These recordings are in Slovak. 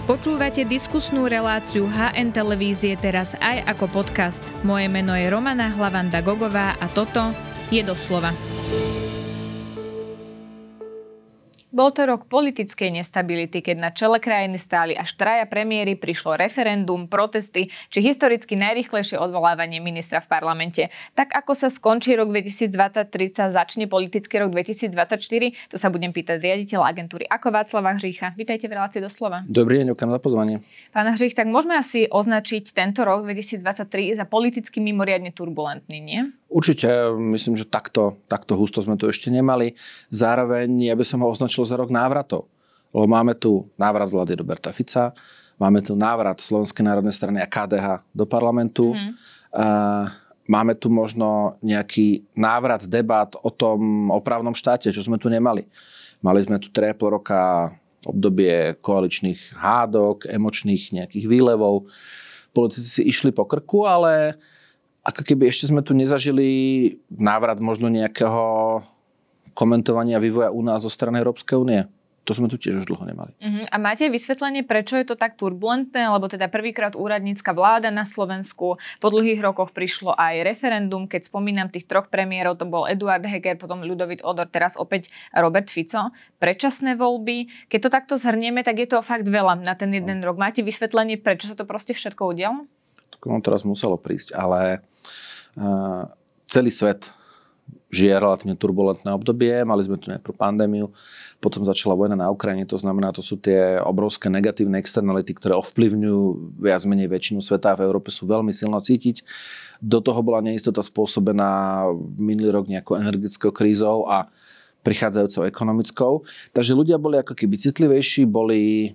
Počúvate diskusnú reláciu HN Televízie teraz aj ako podcast. Moje meno je Romana Hlavanda-Gogová a toto je Doslova. Bol to rok politickej nestability, keď na čele krajiny stáli až 3 premiéry, prišlo referendum, protesty či historicky najrýchlejšie odvolávanie ministra v parlamente. Tak ako sa skončí rok 2023, sa začne politický rok 2024? To sa budem pýtať riaditeľa agentúry Ako Václava Hřícha. Vítajte v relácii Doslova. Dobrý deň, ďakujem za pozvanie. Pán Hřích, tak môžeme asi označiť tento rok 2023 za politicky mimoriadne turbulentný, nie? Určite, myslím, že takto husto sme to ešte nemali. Zároveň ja by som ho označil za rok návratov. Lebo máme tu návrat vlády Roberta Fica, máme tu návrat Slovenskej národnej strany a KDH do parlamentu. Máme tu možno nejaký návrat debát o právnom štáte, čo sme tu nemali. Mali sme tu 3,5 roka obdobie koaličných hádok, emočných nejakých výlevov. Politici si išli po krku, ale ako keby ešte sme tu nezažili návrat možno nejakého komentovania vývoja u nás zo strany Európskej únie. To sme tu tiež už dlho nemali. A máte vysvetlenie, prečo je to tak turbulentné? Lebo teda prvýkrát úradnícka vláda na Slovensku, po dlhých rokoch prišlo aj referendum. Keď spomínam tých 3 premiérov, to bol Eduard Heger, potom Ľudovít Odor, teraz opäť Robert Fico. Predčasné voľby. Keď to takto zhrnieme, tak je to fakt veľa na ten jeden rok. Máte vysvetlenie, prečo sa to proste všetko udialo? No teraz muselo prísť, ale celý svet žije relatívne turbulentné obdobie. Mali sme tu najprv pandémiu, potom začala vojna na Ukrajine, to znamená, to sú tie obrovské negatívne externality, ktoré ovplyvňujú viac menej väčšinu sveta a v Európe sú veľmi silno cítiť. Do toho bola neistota spôsobená minulý rok nejakou energetickou krízou a prichádzajúcou ekonomickou. Takže ľudia boli ako keby citlivejší, boli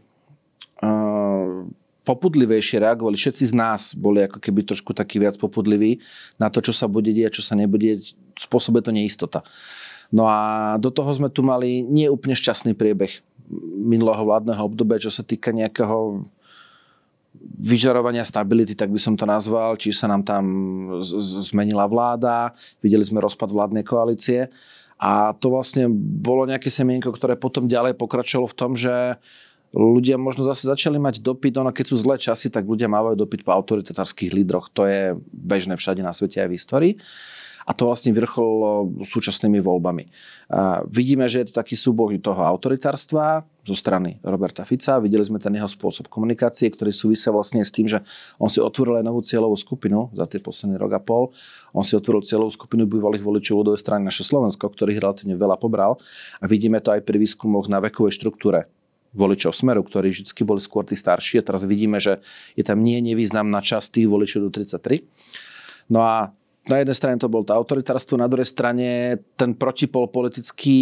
popudlivejšie reagovali. Všetci z nás boli ako keby trošku takí viac popudliví na to, čo sa bude diať, čo sa nebude diať. Spôsobuje to neistota. No a do toho sme tu mali nie úplne šťastný priebeh minulého vládneho obdobia, čo sa týka nejakého vyžarovania stability, tak by som to nazval. Čiže sa nám tam zmenila vláda, videli sme rozpad vládnej koalície a to vlastne bolo nejaké semienko, ktoré potom ďalej pokračovalo v tom, že ľudia možno zase začali mať dopyt, keď sú zlé časy, tak ľudia mávajú dopyt po autoritárskych lídroch. To je bežné všade na svete aj v histórii. A to vlastne vrcholilo súčasnými voľbami. Vidíme, že je to taký súboj toho autoritárstva zo strany Roberta Fica. Videli sme ten jeho spôsob komunikácie, ktorý súvisel vlastne s tým, že on si otvoril aj novú cieľovú skupinu za tie posledný rok a pol. On si otvoril cieľovú skupinu bývalých voličov ľudovej strany Naše Slovensko, ktorých relatívne veľa pobral. A vidíme to aj pri výskumoch na vekovej štruktúre voličov Smeru, ktorí vždy boli skôr tí starší. A teraz vidíme, že je tam nevýznamná časť tých voličov do 33. No a na jednej strane to bolo to autoritárstvo, na druhej strane ten protipol politický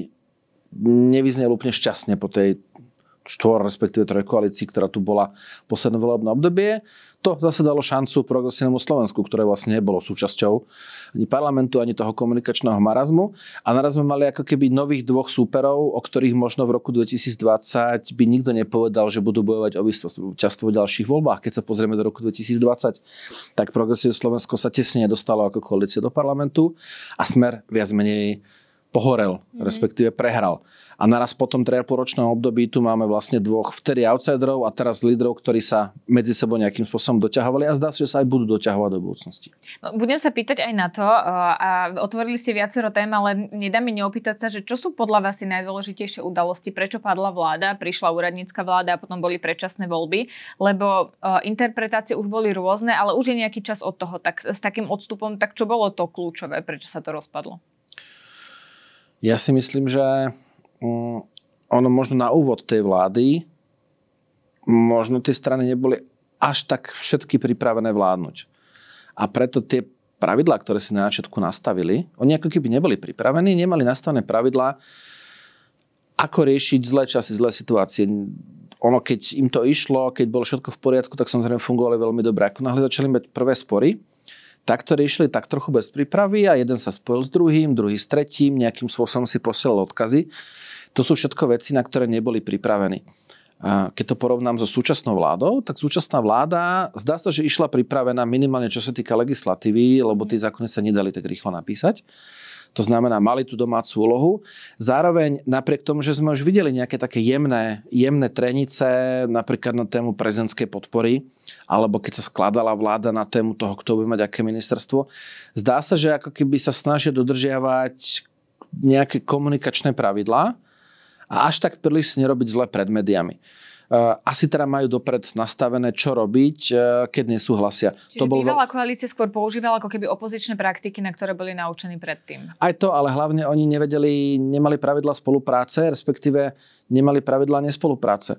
nevyznel úplne šťastne po tej respektíve trojkoalícii, ktorá tu bola v poslednom volebnom obdobie. To zase dalo šancu progresívnemu Slovensku, ktoré vlastne nebolo súčasťou ani parlamentu, ani toho komunikačného marazmu. A naraz sme mali ako keby nových 2 súperov, o ktorých možno v roku 2020 by nikto nepovedal, že budú bojovať o víťazstvo v ďalších voľbách. Keď sa pozrieme do roku 2020, tak progresívne Slovensko sa tesne dostalo ako koalícia do parlamentu a Smer viac menej pohorel, respektíve prehral. A naraz po tom 3,5-ročnom období tu máme vlastne 2 vtedy outsiderov a teraz lídrov, ktorí sa medzi sebou nejakým spôsobom doťahovali a zdá sa, že sa aj budú doťahovať do budúcnosti. No, budem sa pýtať aj na to a otvorili ste viacero tém, ale nedá mi neopýtať sa, že čo sú podľa vás tie najdôležitejšie udalosti, prečo padla vláda, prišla úradnícka vláda a potom boli predčasné voľby, lebo interpretácie už boli rôzne, ale už je nejaký čas od toho, tak s takým odstupom, tak čo bolo to kľúčové, prečo sa to rozpadlo? Ja si myslím, že ono možno na úvod tej vlády možno tie strany neboli až tak všetky pripravené vládnuť. A preto tie pravidlá, ktoré si na začiatku nastavili, oni ako keby neboli pripravení, nemali nastavené pravidlá, ako riešiť zlé časy, zlé situácie. Ono, keď im to išlo, keď bolo všetko v poriadku, tak samozrejme fungovali veľmi dobre. Ako náhle začali mať prvé spory, tak to riešili tak trochu bez prípravy a jeden sa spojil s druhým, druhý s tretím, nejakým spôsobom si posielal odkazy. To sú všetko veci, na ktoré neboli pripravení. A keď to porovnám so súčasnou vládou, tak súčasná vláda zdá sa, že išla pripravená minimálne čo sa týka legislatívy, lebo tie zákony sa nedali tak rýchlo napísať. To znamená, mali tú domácu úlohu. Zároveň, napriek tomu, že sme už videli nejaké také jemné trenice, napríklad na tému prezidentskej podpory, alebo keď sa skladala vláda na tému toho, kto bude mať aké ministerstvo, zdá sa, že ako keby sa snažia dodržiavať nejaké komunikačné pravidlá a až tak príliš nerobiť zle pred médiami. Asi teda majú dopred nastavené, čo robiť, keď nesúhlasia. Čiže bývalá koalícia skôr používala ako keby opozičné praktiky, na ktoré boli naučení predtým. Aj to, ale hlavne oni nemali pravidla spolupráce, respektíve nemali pravidla nespolupráce.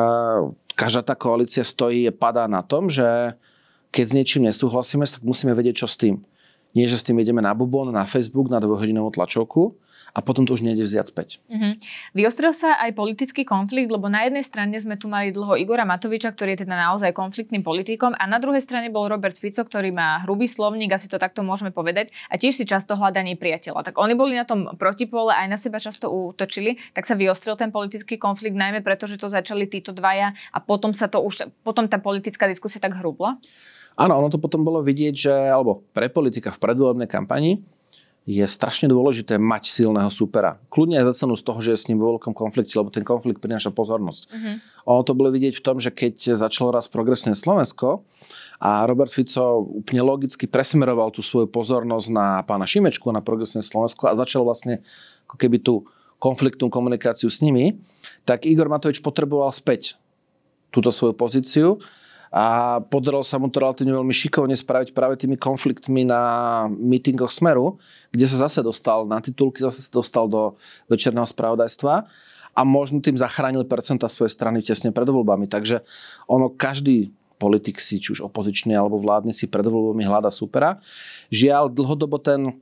Každá tá koalícia stojí a padá na tom, že keď s niečím nesúhlasíme, tak musíme vedieť, čo s tým. Nie, že s tým ideme na bubon, na Facebook, na 2-hodinovú tlačovku, a potom to už nejde vziať späť. Vyostril sa aj politický konflikt, lebo na jednej strane sme tu mali dlho Igora Matoviča, ktorý je teda naozaj konfliktným politikom, a na druhej strane bol Robert Fico, ktorý má hrubý slovník, asi to takto môžeme povedať, a tiež si často hľadá nepriateľa. Tak oni boli na tom protipole, aj na seba často útočili, tak sa vyostril ten politický konflikt, najmä preto, že to začali títo dvaja a potom tá politická diskusia tak hrubla. Áno, ono to potom bolo vidieť, alebo pre politika v predvolebnej kampani je strašne dôležité mať silného supera. Kľudne aj za cenu z toho, že je s ním vo veľkom konflikte, lebo ten konflikt prináša pozornosť. Ono to bolo vidieť v tom, že keď začalo raz Progresívne Slovensko a Robert Fico úplne logicky presmeroval tú svoju pozornosť na pána Šimečku, na Progresívne Slovensko, a začal vlastne ako keby tú konfliktnú komunikáciu s nimi, tak Igor Matovič potreboval späť túto svoju pozíciu a podarilo sa mu to relatívne veľmi šikovne spraviť práve tými konfliktmi na mítingoch Smeru, kde sa zase dostal na titulky, zase sa dostal do večerného spravodajstva a možno tým zachránil percenta svojej strany tesne pred voľbami. Takže každý politik si, či už opozičný alebo vládny, si pred voľbami hľada supera. Žiaľ, dlhodobo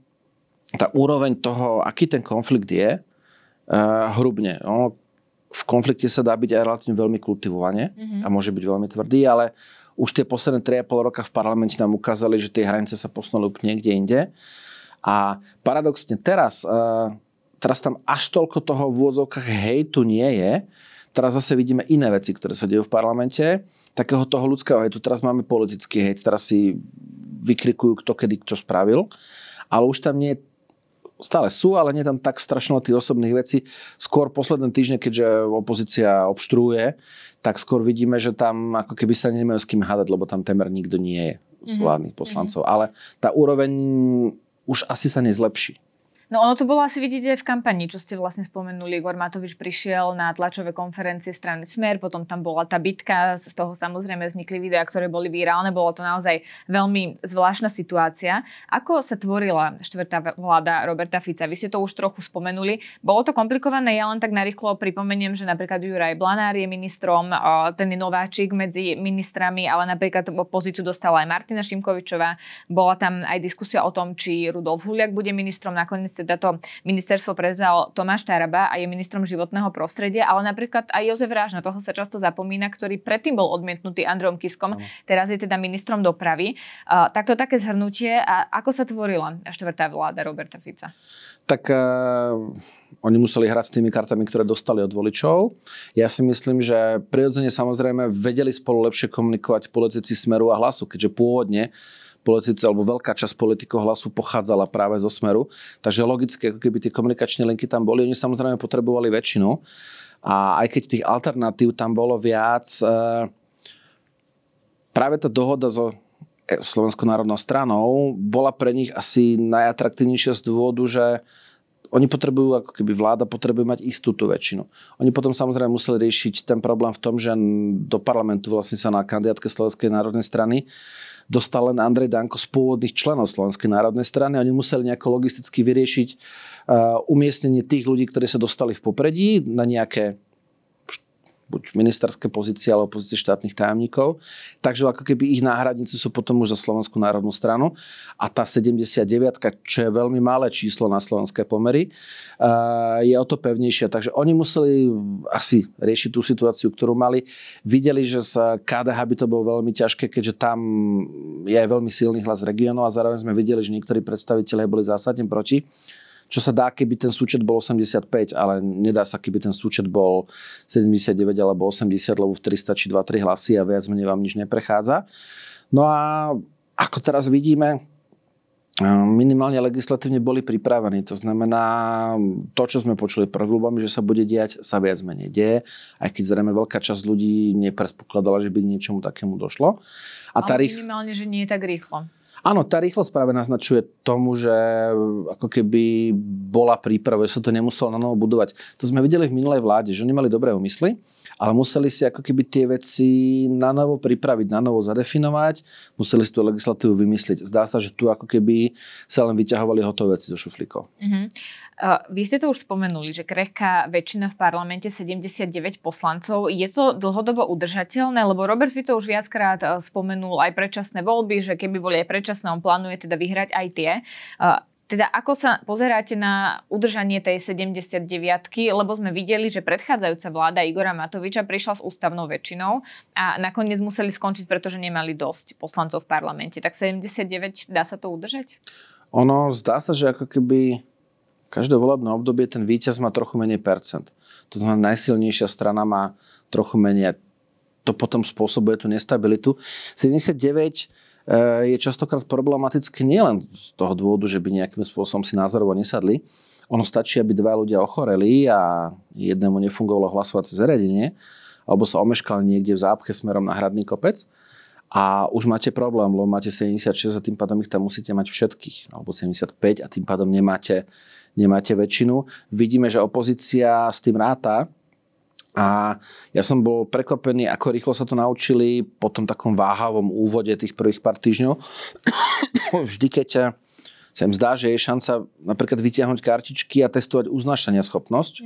tá úroveň toho, aký ten konflikt je, hrubne. V konflikte sa dá byť aj relatívne veľmi kultivovane a môže byť veľmi tvrdý, ale už tie posledné 3,5 roka v parlamente nám ukázali, že tie hranice sa posunuli úplne niekde inde. A paradoxne teraz tam až toľko toho v úvodzovkách hejtu nie je. Teraz zase vidíme iné veci, ktoré sa dejú v parlamente. Takého toho ľudského hejtu. Teraz máme politický hejt, teraz si vykrikujú, kto kedy čo spravil. Ale už tam nie je, stále sú, ale nie tam tak strašno tých osobných vecí. Skôr posledné týždne, keďže opozícia obštruuje, tak skôr vidíme, že tam ako keby sa nemajú s kým hádať, lebo tam témer nikto nie je z vládnych poslancov. Ale tá úroveň už asi sa nezlepší. No ono to bolo asi vidieť aj v kampani, čo ste vlastne spomenuli. Igor Matovič prišiel na tlačové konferencie strany Smer, potom tam bola tá bitka, z toho samozrejme vznikli videá, ktoré boli virálne, bolo to naozaj veľmi zvláštna situácia. Ako sa tvorila štvrtá vláda Roberta Fica? Vy ste to už trochu spomenuli. Bolo to komplikované, ja len tak narýchlo pripomeniem, že napríklad Juraj Blanár je ministrom, ten je nováčik medzi ministrami, ale napríklad pozíciu dostala aj Martina Šimkovičová. Bola tam aj diskusia o tom, či Rudolf Huliak bude ministrom, nakoniec teda to ministerstvo prevzal Tomáš Taraba a je ministrom životného prostredia, ale napríklad aj Jozef Ráž, na toho sa často zapomína, ktorý predtým bol odmietnutý Andrejom Kiskom, teraz je teda ministrom dopravy. Takto také zhrnutie. A ako sa tvorila štvrtá vláda Roberta Fica? Tak oni museli hrať s tými kartami, ktoré dostali od voličov. Ja si myslím, že prirodzene samozrejme vedeli spolu lepšie komunikovať politici Smeru a Hlasu, keďže pôvodne politici, alebo veľká časť politikov Hlasu pochádzala práve zo Smeru. Takže logicky, ako keby tie komunikačné linky tam boli, oni samozrejme potrebovali väčšinu. A aj keď tých alternatív tam bolo viac, práve tá dohoda so Slovenskou národnou stranou bola pre nich asi najatraktívnejšia z dôvodu, že oni potrebujú, ako keby vláda potrebuje mať istú tú väčšinu. Oni potom samozrejme museli riešiť ten problém v tom, že do parlamentu vlastne sa na kandidátke Slovenskej národnej strany dostal len Andrej Danko z pôvodných členov Slovenskej národnej strany. Oni museli nejako logisticky vyriešiť umiestnenie tých ľudí, ktorí sa dostali v popredí na nejaké buď ministerské pozície alebo pozície štátnych tajomníkov. Takže ako keby ich náhradníci sú potom už za Slovenskú národnú stranu. A tá 79, čo je veľmi malé číslo na slovenské pomery, je o to pevnejšia. Takže oni museli asi riešiť tú situáciu, ktorú mali. Videli, že z KDH by to bolo veľmi ťažké, keďže tam je aj veľmi silný hlas regionov a zároveň sme videli, že niektorí predstavitelia boli zásadne proti. Čo sa dá, keby ten súčet bol 85, ale nedá sa, keby ten súčet bol 79 alebo 80, lebo vtedy stačí 2-3 hlasy a viac menej vám nič neprechádza. No a ako teraz vidíme, minimálne legislatívne boli pripravení. To znamená, to, čo sme počuli pred voľbami, že sa bude diať, sa viac menej deje, aj keď zrejme veľká časť ľudí nepredpokladala, že by k niečomu takému došlo. Ale minimálne, že nie je tak rýchlo. Áno, tá rýchlosť práve naznačuje tomu, že ako keby bola príprava, že sa to nemuselo na novo budovať. To sme videli v minulej vláde, že oni mali dobré úmysly, ale museli si ako keby tie veci na novo pripraviť, na novo zadefinovať, museli si tú legislatívu vymyslieť. Zdá sa, že tu ako keby sa len vyťahovali hotové veci do šuflíkov. Vy ste to už spomenuli, že krehká väčšina v parlamente 79 poslancov. Je to dlhodobo udržateľné? Lebo Robert Fico už viackrát spomenul aj predčasné voľby, že keby boli aj predčasné, on plánuje teda vyhrať aj tie. Teda ako sa pozeráte na udržanie tej 79-ky, lebo sme videli, že predchádzajúca vláda Igora Matoviča prišla s ústavnou väčšinou a nakoniec museli skončiť, pretože nemali dosť poslancov v parlamente. Tak 79, dá sa to udržať? Ono zdá sa, že ako keby každé volebné obdobie ten víťaz má trochu menej percent. To znamená, najsilnejšia strana má trochu menej. To potom spôsobuje tú nestabilitu. 79 je častokrát problematické nielen z toho dôvodu, že by nejakým spôsobom si názorovo nesadli. Ono stačí, aby dva ľudia ochoreli a jednému nefungovalo hlasovacie zariadenie, alebo sa omeškali niekde v zápche smerom na Hradný kopec a už máte problém, lebo máte 76 a tým pádom ich tam musíte mať všetkých, alebo 75 a tým pádom nemáte väčšinu. Vidíme, že opozícia s tým ráta. A ja som bol prekvapený, ako rýchlo sa to naučili po tom takom váhavom úvode tých prvých pár týždňov. Vždy, keď sa im zdá, že je šanca napríklad vytiahnuť kartičky a testovať uznášania schopnosť.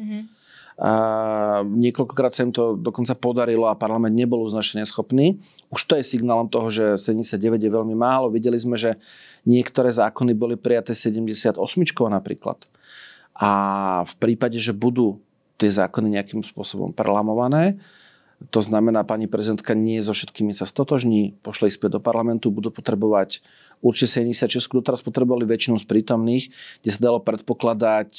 A niekoľkokrát sa im to dokonca podarilo a parlament nebol uznášania schopný. Už to je signálom toho, že 79 je veľmi málo. Videli sme, že niektoré zákony boli prijaté 78 napríklad. A v prípade, že budú tie zákony nejakým spôsobom prelamované. To znamená, pani prezidentka nie so všetkými sa stotožní, pošle ich späť do parlamentu, budú potrebovať určite 76, doteraz potrebovali väčšinu z prítomných, kde sa dalo predpokladať,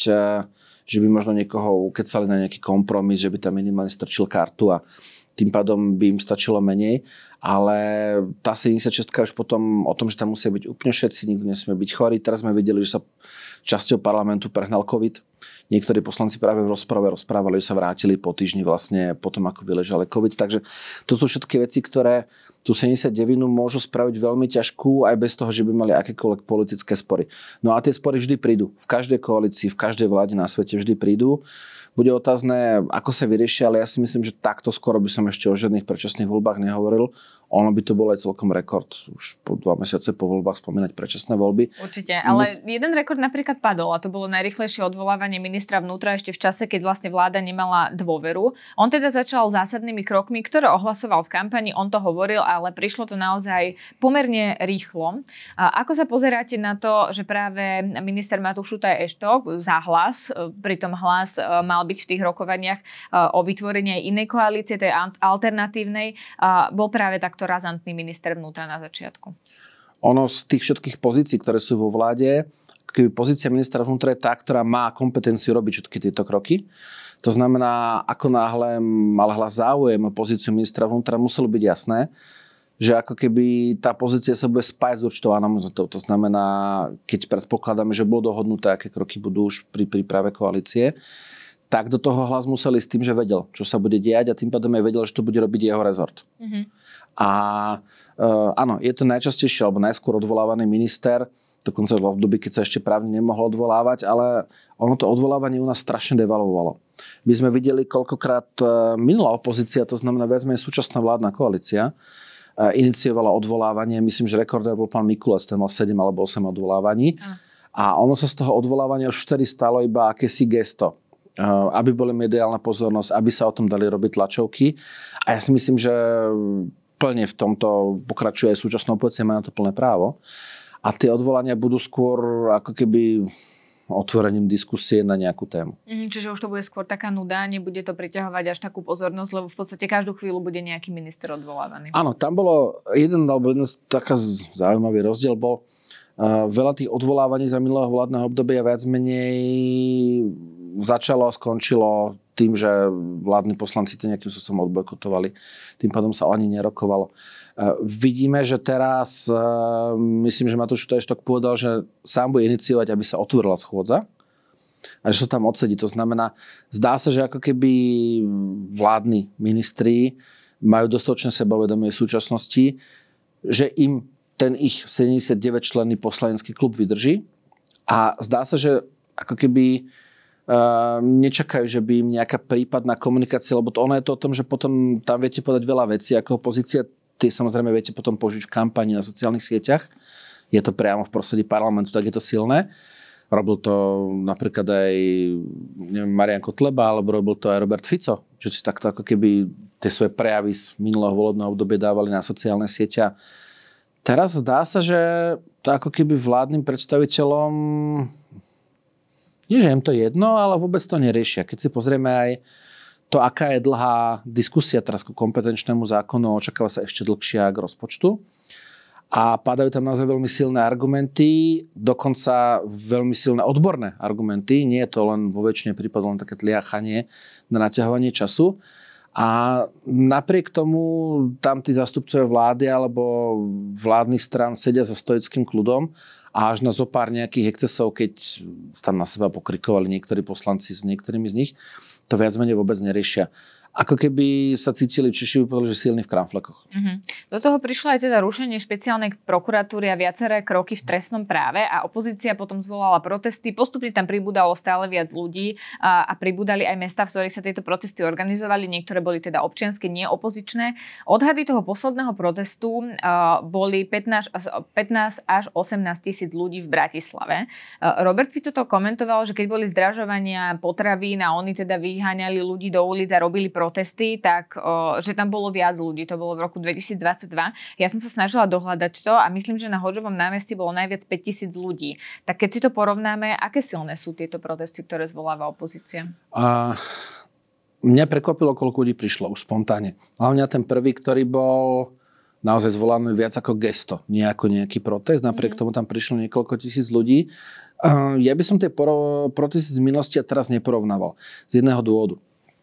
že by možno niekoho ukecali na nejaký kompromis, že by tam minimálne strčil kartu a tým pádom by im stačilo menej. Ale tá 76 už potom o tom, že tam musia byť úplne všetci, nikto nesmie byť chorý. Teraz sme videli, že sa časťou parlamentu prehnal COVID. Niektorí poslanci práve v rozprave rozprávali, že sa vrátili po týždni vlastne potom, ako vyležali COVID. Takže to sú všetky veci, ktoré tú 79 môžu spraviť veľmi ťažkú aj bez toho, že by mali akékoľvek politické spory. No a tie spory vždy prídu. V každej koalícii, v každej vláde na svete vždy prídu. Bude otázne, ako sa vyriešia, ale ja si myslím, že takto skoro by som ešte o žiadnych predčasných voľbách nehovoril. Ono by to bol aj celkom rekord. Už po 2 mesiace po voľbách spomínať predčasné voľby. Určite, ale jeden rekord napríklad padol a to bolo najrýchlejšie odvolávanie ministra vnútra ešte v čase, keď vlastne vláda nemala dôveru. On teda začal zásadnými krokmi, ktoré ohlasoval v kampani, on to hovoril, ale prišlo to naozaj pomerne rýchlo. A ako sa pozeráte na to, že práve minister Matúš Šutaj Eštok za Hlas, pritom Hlas mal byť v tých rokovaniach o vytvorení aj inej koalície, tej alternatívnej, bol práve takto razantný minister vnútra na začiatku? Ono z tých všetkých pozícií, ktoré sú vo vláde, keby pozícia ministra vnútra je tá, ktorá má kompetenciu robiť všetky tieto kroky. To znamená, ako náhle mal Hlas záujem o pozíciu ministra vnútra, muselo byť jasné, že ako keby tá pozícia sa bude spájať s určitou anonimitou. To znamená, keď predpokladáme, že bolo dohodnuté, aké kroky budú už pri príprave koalície, tak do toho Hlas musel ísť s tým, že vedel, čo sa bude diať a tým pádom aj vedel, že to bude robiť jeho rezort. A áno, je to najčastejšie alebo najskôr odvolávaný minister, dokonca v období, keď sa ešte právne nemohol odvolávať, ale ono to odvolávanie u nás strašne devalvovalo. My sme videli, koľkokrát minulá opozícia, to znamená viac menej súčasná vládna koalícia, iniciovala odvolávanie. Myslím, že rekordér bol pán Mikulec, ten mal 7 alebo 8 odvolávaní. A ono sa z toho odvolávania už vtedy stalo iba akési gesto, aby bola mediálna pozornosť, aby sa o tom dali robiť tlačovky. A ja si myslím, že plne v tomto pokračuje aj súčasná opozícia, má na to plné právo. A tie odvolania budú skôr ako keby otvorením diskusie na nejakú tému. Čiže už to bude skôr taká nuda, nebude to priťahovať až takú pozornosť, lebo v podstate každú chvíľu bude nejaký minister odvolávaný. Áno, tam bolo jeden taká zaujímavý rozdiel bol, veľa tých odvolávaní za minulého vládneho obdobia viac menej začalo a skončilo tým, že vládni poslanci to nejakým spôsobom odbojkotovali. Tým pádom sa ani nerokovalo. Vidíme, že teraz, myslím, že Matúš Štoještok povedal, že sám bude iniciovať, aby sa otvorila schôdza a že sa tam odsedí. To znamená, zdá sa, že ako keby vládni ministri majú dostatočné sebavedomie v súčasnosti, že im ten ich 79-členný poslanecký klub vydrží a zdá sa, že ako keby nečakajú, že by im nejaká prípadná komunikácia, lebo ono je to o tom, že potom tam viete povedať veľa vecí ako opozícia. Tie samozrejme viete potom použiť v kampani na sociálnych sieťach. Je to priamo v prostredí parlamentu, tak je to silné. Robil to napríklad aj Marian Kotleba, alebo robil to aj Robert Fico. Že si takto ako keby tie svoje prejavy z minulého volebného obdobia dávali na sociálne sieťa. Teraz zdá sa, že to ako keby vládnym predstaviteľom nie, že im to jedno, ale vôbec to neriešia. Keď si pozrieme aj to, aká je dlhá diskusia teraz ku kompetenčnému zákonu, očakáva sa ešte dlhšia k rozpočtu. A padajú tam naozaj veľmi silné argumenty, dokonca veľmi silné odborné argumenty. Nie je to len vo väčšine prípadov len také tliachanie na naťahovanie času. A napriek tomu tam tí zástupcovia vlády alebo vládnych strán sedia za stoickým kľudom a až na zopár nejakých excesov, keď tam na seba pokrikovali niektorí poslanci s niektorými z nich, to viac menej vôbec neriešia. Ako keby sa cítili Češi úplne, že silní v kramflekoch. Do toho prišlo aj teda rušenie špeciálnej prokuratúry a viaceré kroky v trestnom práve a opozícia potom zvolala protesty. Postupne tam pribúdalo stále viac ľudí a pribúdali aj mestá, v ktorých sa tieto protesty organizovali. Niektoré boli teda občianske, nie opozičné. Odhady toho posledného protestu boli 15 až 18 tisíc ľudí v Bratislave. Robert Fico to komentoval, že keď boli zdražovania potravín a oni teda vyháňali ľudí do ulic a robili protesty, tak že tam bolo viac ľudí. To bolo v roku 2022. Ja som sa snažila dohľadať to a myslím, že na Hodžovom námestí bolo najviac 5 000 ľudí. Tak keď si to porovnáme, aké silné sú tieto protesty, ktoré zvoláva opozícia? Mňa prekvapilo, koľko ľudí prišlo už spontánne. Hlavne ten prvý, ktorý bol naozaj zvolaný viac ako gesto, nie ako nejaký protest. Napriek tomu tam prišlo niekoľko tisíc ľudí. Ja by som tie protesty z minulosti a teraz neporovnával. Z jedného dôvodu.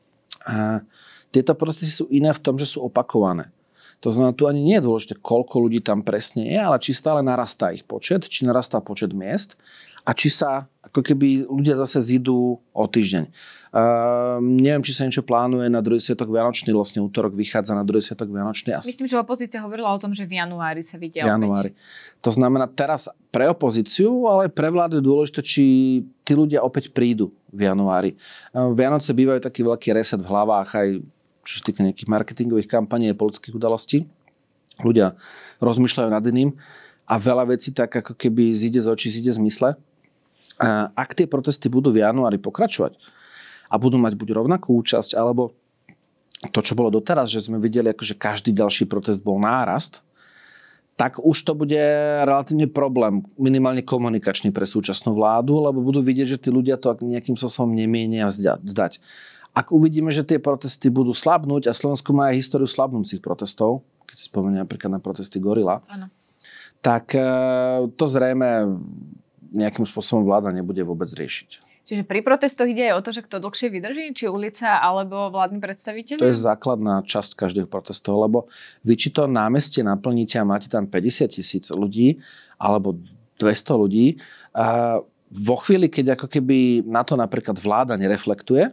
Tieto protesty sú iné v tom, že sú opakované. To znamená, tu ani nie je dôležité, koľko ľudí tam presne je, ale či stále narastá ich počet, či narastá počet miest a či sa ako keby ľudia zase zídu o týždeň. Neviem, či sa niečo plánuje na druhý sviatok Vianočný, vlastne útorok vychádza na druhý sviatok Vianočný. Myslím, že opozícia hovorila o tom, že v januári sa vidia opäť. To znamená teraz pre opozíciu, ale pre vládu je dôležité, či tí ľudia opäť prídu v januári. Vianoce bývajú taký veľký reset v hlavách, aj čo sa týka nejakých marketingových kampaní a politických udalostí. Ľudia rozmýšľajú nad iným a veľa vecí tak ako keby zíde z očí, zíde z mysle. Ak tie protesty budú v januári pokračovať a budú mať buď rovnakú účasť, alebo to, čo bolo doteraz, že sme videli, akože každý ďalší protest bol nárast, tak už to bude relatívne problém, minimálne komunikačný pre súčasnú vládu, lebo budú vidieť, že tí ľudia to nejakým spôsobom nemienia vzdať. Ak uvidíme, že tie protesty budú slabnúť, a Slovensko má aj históriu slabnúcich protestov, keď si spomenie napríklad na protesty Gorila, tak to zrejme nejakým spôsobom vláda nebude vôbec riešiť. Čiže pri protestoch ide aj o to, že kto dlhšie vydrží, či ulica alebo vládni predstavitelia? To je základná časť každého protestov, lebo vy či to námestie naplníte a máte tam 50 000 ľudí alebo 200 ľudí, a vo chvíli, keď ako keby na to napríklad vláda nereflektuje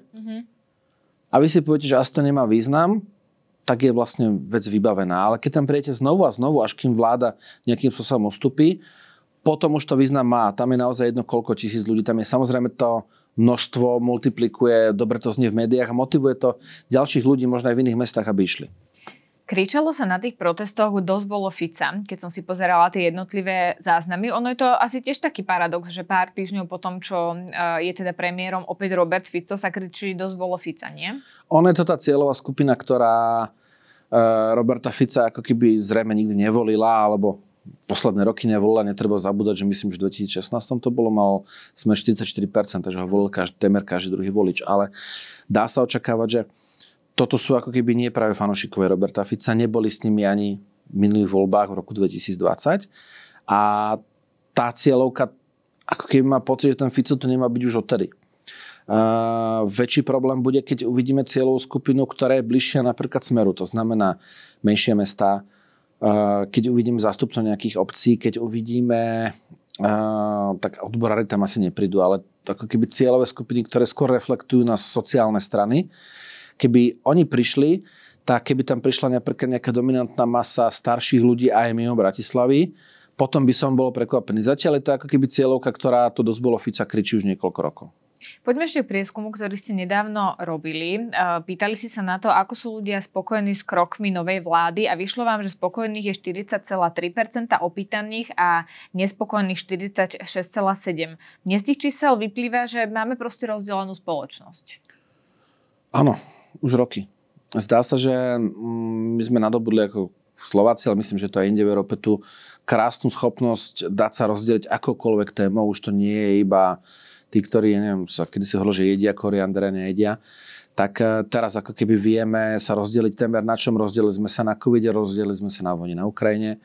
a vy si poviete, že asi to nemá význam, tak je vlastne vec vybavená. Ale keď tam prijete znovu a znovu, až kým vláda nejakým spôsobom ustupí, potom už to význam má. Tam je naozaj jedno, koľko tisíc ľudí. Tam je samozrejme to množstvo, multiplikuje, dobre to znie v médiách a motivuje to ďalších ľudí možno aj v iných mestách, aby išli. Kričalo sa na tých protestoch dosť bolo Fica, keď som si pozerala tie jednotlivé záznamy. Ono je to asi tiež taký paradox, že pár týždňov po tom, čo je teda premiérom opäť Robert Fico, sa kričí dosť bolo Fica, nie? Ono je to tá cieľová skupina, ktorá Roberta Fica ako keby zrejme nikdy nevolila, alebo posledné roky nevolila. Netreba zabúdať, že myslím, že v 2016 to bolo, mal sme 44%, takže ho volil témer každý druhý volič. Ale dá sa očakávať, že toto sú ako keby nie práve fanúšikovia Roberta Fica, neboli s nimi ani v minulých voľbách v roku 2020. A tá cieľovka, ako keby má pocit, že ten Fico to nemá byť už odtedy. Väčší problém bude, keď uvidíme cieľovú skupinu, ktorá je bližšia napríklad Smeru. To znamená menšie mestá, keď uvidíme zástupcov nejakých obcí, keď uvidíme, tak odborári tam asi neprídu, ale ako keby cieľové skupiny, ktoré skôr reflektujú na sociálne strany. Keby oni prišli, tak keby tam prišla napríklad nejaká dominantná masa starších ľudí aj mimo Bratislavy, potom by som bol prekvapený. Zatiaľ je to ako keby cieľovka, ktorá to dosť bolo Fica kričí už niekoľko rokov. Poďme ešte k prieskumu, ktorý ste nedávno robili. Pýtali si sa na to, ako sú ľudia spokojní s krokmi novej vlády a vyšlo vám, že spokojných je 40,3% opýtaných a nespokojných 46,7%. Dnes z tých čísel vyplýva, že máme proste rozdelenú spoločnosť. Áno, už roky. Zdá sa, že my sme nadobudli ako Slováci, ale myslím, že to aj inde v Európe tú krásnu schopnosť dať sa rozdeliť akokoľvek témou. Už to nie je iba tí, ktorí, neviem, kedy si hovorili, že jedia koriander a nejedia, tak teraz ako keby vieme sa rozdeliť témer na čom. Rozdelili sme sa na covide, rozdelili sme sa na vojne na Ukrajine,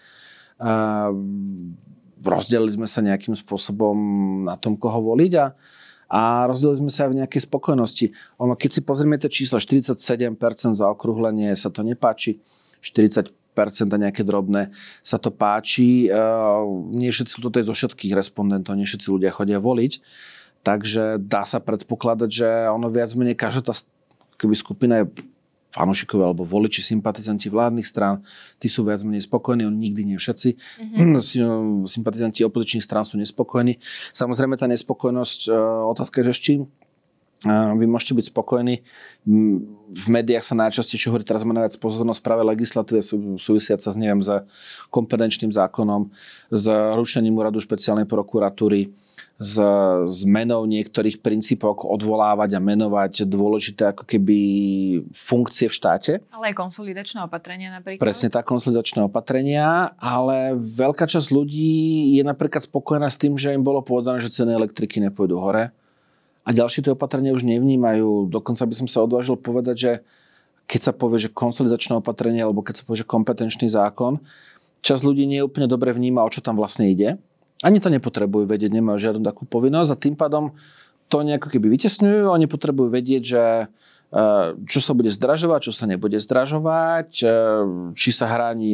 rozdelili sme sa nejakým spôsobom na tom, koho voliť a rozdelili sme sa aj v nejakej spokojnosti. Ono, keď si pozrieme tie čísla, 47% zaokrúhlenie sa to nepáči, 40% a nejaké drobné sa to páči. Nie všetci, toto je zo všetkých respondentov, nie všetci ľudia chodia voliť. Takže dá sa predpokladať, že ono viac menej každá tá keby skupina je fanúšikovia alebo voliči, sympatizanti vládnych strán, tí sú viac menej spokojní, oni nikdy nie všetci. Sympatizanti opozičných strán sú nespokojní. Samozrejme tá nespokojnosť, otázka je, že s čím? Vy môžete byť spokojní. V médiách sa najčastejšie hovorí, teraz má najviac pozornosť práve legislatíve súvisiaca s, neviem, s kompetenčným zákonom, s rušením úradu špeciálnej prokuratúry, s zmenou niektorých princípov, ako odvolávať a menovať dôležité ako keby funkcie v štáte. Ale aj konsolidačné opatrenia napríklad. Presne tak, konsolidačné opatrenia, ale veľká časť ľudí je napríklad spokojná s tým, že im bolo povedané, že ceny elektriky nepôjdu hore. A ďalšie tie opatrenia už nevnímajú. Dokonca by som sa odvážil povedať, že keď sa povie, že konsolidačné opatrenie, alebo keď sa povie, že kompetenčný zákon, časť ľudí nie úplne dobre vníma, o čo tam vlastne ide. Ani to nepotrebujú vedieť, nemajú žiadnu takú povinnosť a tým pádom to nejako keby vytesňujú. Oni potrebujú vedieť, že čo sa bude zdražovať, čo sa nebude zdražovať, či sa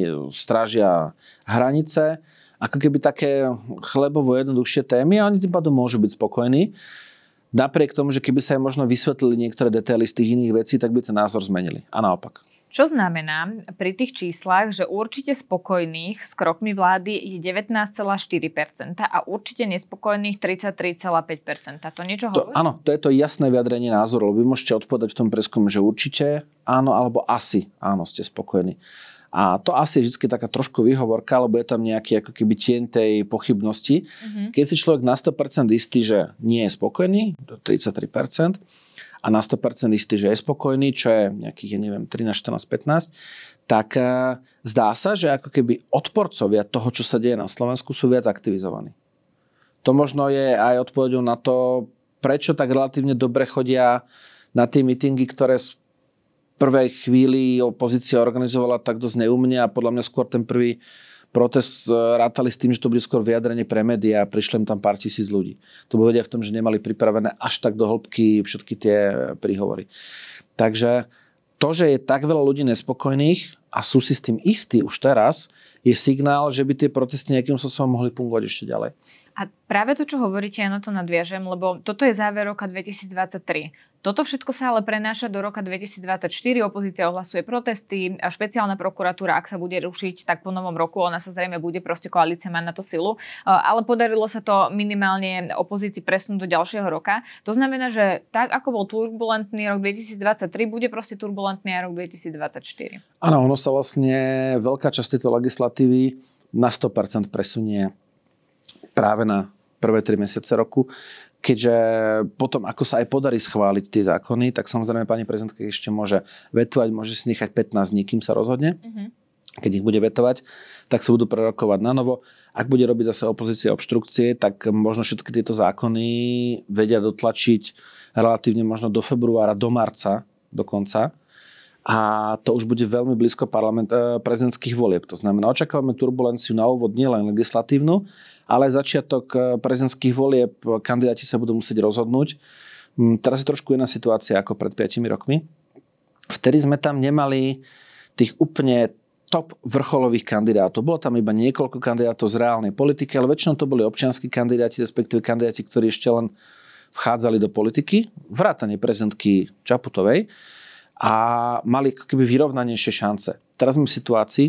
strážia hranice. Ako keby také chlebovo jednoduchšie témy a oni tým pádom môžu byť spokojní. Napriek tomu, že keby sa aj možno vysvetlili niektoré detaily z tých iných vecí, tak by ten názor zmenili. A naopak. Čo znamená pri tých číslach, že určite spokojných s krokmi vlády je 19,4% a určite nespokojných 33,5%. To niečo hovorí? Áno, to je to jasné vyjadrenie názoru. Vy môžete odpovedať v tom preskume, že určite áno, alebo asi áno, ste spokojní. A to asi je vždy taká trošku výhovorka, lebo je tam nejaký ako keby tieň tej pochybnosti. Keď si človek na 100% istý, že nie je spokojný, do 33%, a na 100% istý, že je spokojný, čo je nejakých, neviem, 13, 14, 15, tak zdá sa, že ako keby odporcovia toho, čo sa deje na Slovensku, sú viac aktivizovaní. To možno je aj odpoveďou na to, prečo tak relatívne dobre chodia na tie mítingy, ktoré prvej chvíli opozícia organizovala tak dosť neúmne a podľa mňa skôr ten prvý protest rátali s tým, že to bude skôr vyjadrenie pre médiá a prišli tam pár tisíc ľudí. To bolo vedia v tom, že nemali pripravené až tak do hĺbky všetky tie príhovory. Takže to, že je tak veľa ľudí nespokojných a sú si s tým istí už teraz, je signál, že by tie protesty nejakým spôsobom mohli fungovať ešte ďalej. A práve to, čo hovoríte, ja na to nadviažem, lebo toto je záver roka 2023. Toto všetko sa ale prenáša do roka 2024. Opozícia ohlasuje protesty a špeciálna prokuratúra, ak sa bude rušiť, tak po novom roku ona sa zrejme bude, proste koalícia má na to silu. Ale podarilo sa to minimálne opozícii presunúť do ďalšieho roka. To znamená, že tak, ako bol turbulentný rok 2023, bude proste turbulentný aj rok 2024. Áno, ono sa vlastne veľká časť tejto legislatívy na 100% presunie práve na prvé 3 mesiace roku, keďže potom, ako sa aj podarí schváliť tie zákony, tak samozrejme pani prezidentka ešte môže vetovať, môže si nechať 15 dní, kým sa rozhodne. Keď ich bude vetovať, tak sa budú prerokovať na novo. Ak bude robiť zase opozícia obštrukcie, tak možno všetky tieto zákony vedia dotlačiť relatívne možno do februára, do marca dokonca. A to už bude veľmi blízko prezidentských volieb. To znamená, očakávame turbulenciu na úvod nielen legislatívnu, ale aj začiatok prezidentských volieb. Kandidáti sa budú musieť rozhodnúť. Teraz je trošku iná situácia ako pred 5 rokmi. Vtedy sme tam nemali tých úplne top vrcholových kandidátov. Bolo tam iba niekoľko kandidátov z reálnej politiky, ale väčšinou to boli občianski kandidáti, respektíve kandidáti, ktorí ešte len vchádzali do politiky, vrátane prezidentky Čaputovej a mali ako keby vyrovnanejšie šance. Teraz sme v situácii,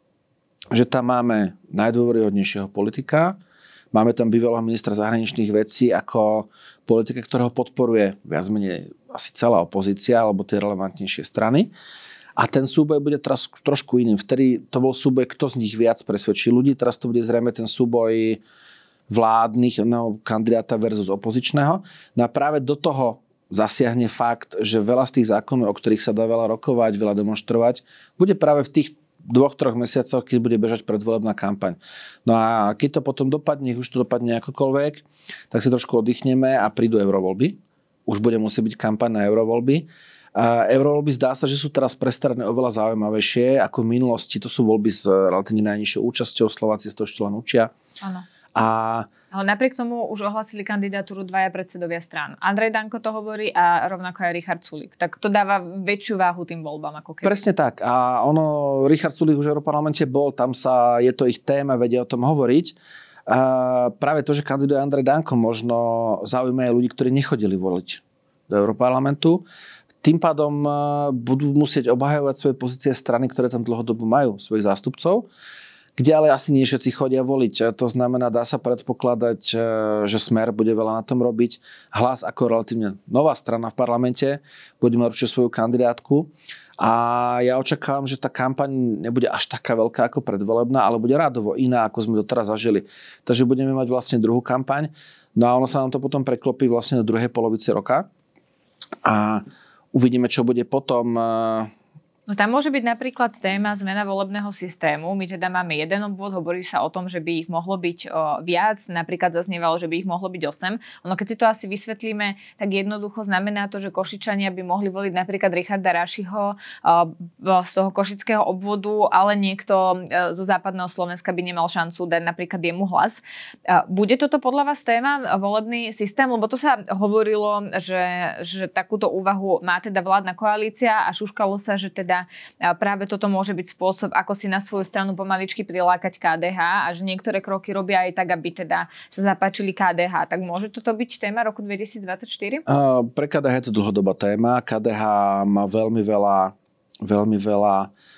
že tam máme najdôveryhodnejšieho politika, máme tam bývalého ministra zahraničných vecí ako politika, ktorého podporuje viac menej asi celá opozícia alebo tie relevantnejšie strany. A ten súboj bude teraz trošku iným. Vtedy to bol súboj, kto z nich viac presvedčí ľudí. Teraz to bude zrejme ten súboj vládnych kandidáta versus opozičného. No a práve do toho zasiahne fakt, že veľa z tých zákonov, o ktorých sa dá veľa rokovať, veľa demonštrovať, bude práve v tých 2-3 mesiacoch, keď bude bežať predvolebná kampaň. No a keď to potom dopadne, už to dopadne akokoľvek, tak si trošku oddychneme a prídu eurovoľby. Už bude musieť byť kampaň na eurovoľby. A eurovoľby zdá sa, že sú teraz pre strany oveľa zaujímavejšie ako v minulosti. To sú voľby s relatívne najnižšou účasťou, Slováci to ešte len učia. Áno. Ale napriek tomu už ohlasili kandidatúru dvaja predsedovia strán. Andrej Danko to hovorí a rovnako aj Richard Sulík. Tak to dáva väčšiu váhu tým voľbám ako keby. Presne tak. A Richard Sulík už v Europarlamente bol, tam je to ich téma, vedia o tom hovoriť. A práve to, že kandiduje Andrej Danko, možno zaujíma aj ľudí, ktorí nechodili voliť do Europarlamentu. Tým pádom budú musieť obhajovať svoje pozície strany, ktoré tam dlhodobo majú svojich zástupcov, kde ale asi nie všetci chodia voliť. To znamená, dá sa predpokladať, že Smer bude veľa na tom robiť. Hlas ako relatívne nová strana v parlamente bude mať určite svoju kandidátku. A ja očakávam, že tá kampaň nebude až taká veľká ako predvolebná, ale bude rádovo iná, ako sme doteraz zažili. Takže budeme mať vlastne druhú kampaň. No a ono sa nám to potom preklopí vlastne do druhej polovice roka. A uvidíme, čo bude potom. No tam môže byť napríklad téma zmena volebného systému. My teda máme jeden obvod, hovorí sa o tom, že by ich mohlo byť viac. Napríklad zaznievalo, že by ich mohlo byť 8. Ono keď si to asi vysvetlíme, tak jednoducho znamená to, že Košičania by mohli voliť napríklad Richarda Rašiho z toho košického obvodu, ale niekto zo západného Slovenska by nemal šancu dať napríklad jemu hlas. Bude toto podľa vás téma volebný systém? Lebo to sa hovorilo, že takúto úvahu má teda vládna koalícia a šuškalo sa, že teda práve toto môže byť spôsob, ako si na svoju stranu pomaličky prilákať KDH a že niektoré kroky robia aj tak, aby teda sa zapáčili KDH. Tak môže toto byť téma roku 2024? Pre KDH je to dlhodobá téma. KDH má veľmi veľa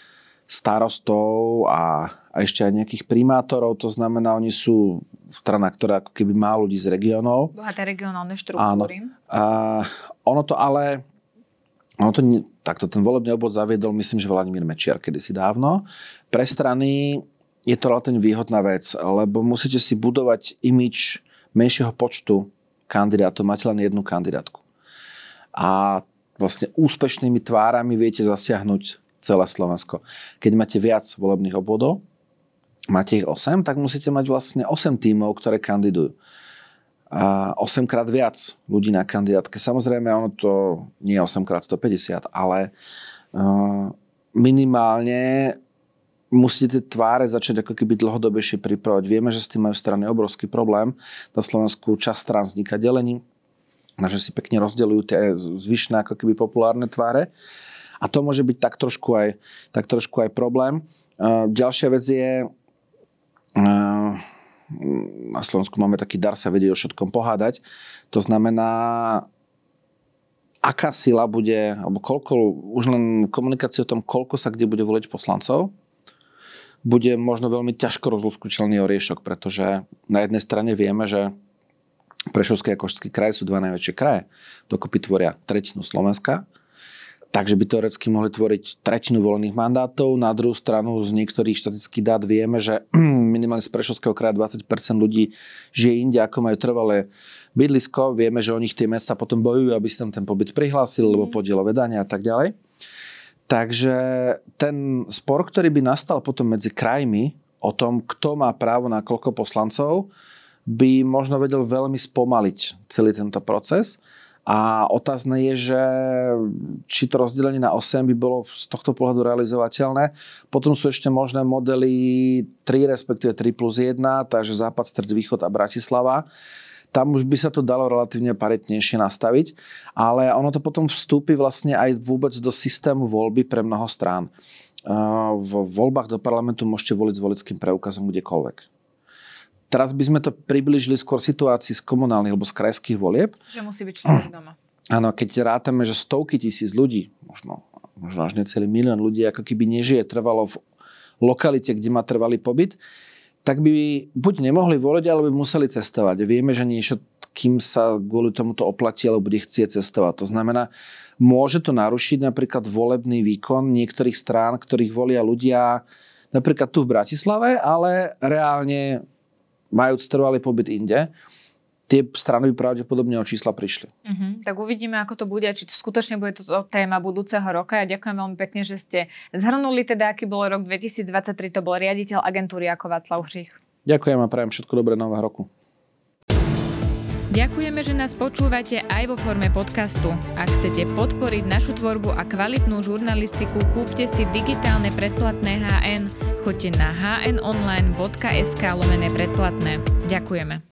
starostov a ešte aj nejakých primátorov. To znamená, oni sú strana, ktorá ako keby má ľudí z regiónov. Bohaté regionálne štruktúry. Takto ten volebný obvod zaviedol, myslím, že Vladimír Mečiar kedysi dávno. Pre strany je to relatívne výhodná vec, lebo musíte si budovať imidž menšieho počtu kandidátov, máte len jednu kandidátku. A vlastne úspešnými tvárami viete zasiahnuť celé Slovensko. Keď máte viac volebných obvodov, máte ich 8, tak musíte mať vlastne 8 tímov, ktoré kandidujú. A 8-krát viac ľudí na kandidátke. Samozrejme, ono to nie je 8x150, ale minimálne musíte tie tváre začať ako keby dlhodobejšie pripravať. Vieme, že s tým majú strany obrovský problém. Na Slovensku časť strán vzniká delením, že si pekne rozdeľujú tie zvyšné ako keby populárne tváre. A to môže byť tak trošku aj problém. Ďalšia vec je, na Slovensku máme taký dar sa vedieť o všetkom pohádať. To znamená, aká sila bude, alebo koľko, už len komunikácia o tom, koľko sa kde bude voliť poslancov, bude možno veľmi ťažko rozlúsknutelný oriešok, pretože na jednej strane vieme, že Prešovský a Košický kraj sú dva najväčšie kraje. Dokopy tvoria tretinu Slovenska. Takže by teoreticky mohli tvoriť tretinu volených mandátov. Na druhú stranu z niektorých štatistických dát vieme, že minimálne z Prešovského kraja 20% ľudí žije inde, ako majú trvalé bydlisko. Vieme, že o nich tie mesta potom bojujú, aby si tam ten pobyt prihlásil, lebo podielové dania a tak ďalej. Takže ten spor, ktorý by nastal potom medzi krajmi o tom, kto má právo na koľko poslancov, by možno vedel veľmi spomaliť celý tento proces. A otázne je, že či to rozdelenie na 8 by bolo z tohto pohľadu realizovateľné. Potom sú ešte možné modely 3, respektíve 3+1, takže západ, stred, východ a Bratislava. tam už by sa to dalo relatívne paritnejšie nastaviť, ale ono to potom vstúpi vlastne aj vôbec do systému voľby pre mnoho strán. V voľbách do parlamentu môžete voliť s voličským preukazom kdekoľvek. Teraz by sme to priblížili skôr situácii z komunálnych alebo z krajských volieb. Že musí byť človek doma. Áno, keď rátame, že stovky tisíc ľudí, možno až necelý milión ľudí, ako keby nežije trvalo v lokalite, kde má trvalý pobyt, tak by buď nemohli voliť, alebo by museli cestovať. Vieme, že niečo, kým sa kvôli tomuto oplatí, alebo bude chcieť cestovať. To znamená, môže to narušiť napríklad volebný výkon niektorých strán, ktorých volia ľudia napríklad tu v Bratislave, ale reálne majúc trvalý pobyt inde. Tie strany by pravdepodobne o čísla prišli. Tak uvidíme, ako to bude, či skutočne bude to téma budúceho roka. Ja ďakujem veľmi pekne, že ste zhrnuli teda, aký bol rok 2023. To bol riaditeľ agentúry ako Václav Hřích. Ďakujem a prajem všetko dobré nového roku. Ďakujeme, že nás počúvate aj vo forme podcastu. Ak chcete podporiť našu tvorbu a kvalitnú žurnalistiku, kúpte si digitálne predplatné HN. Choďte na hnonline.sk/predplatné. Ďakujeme.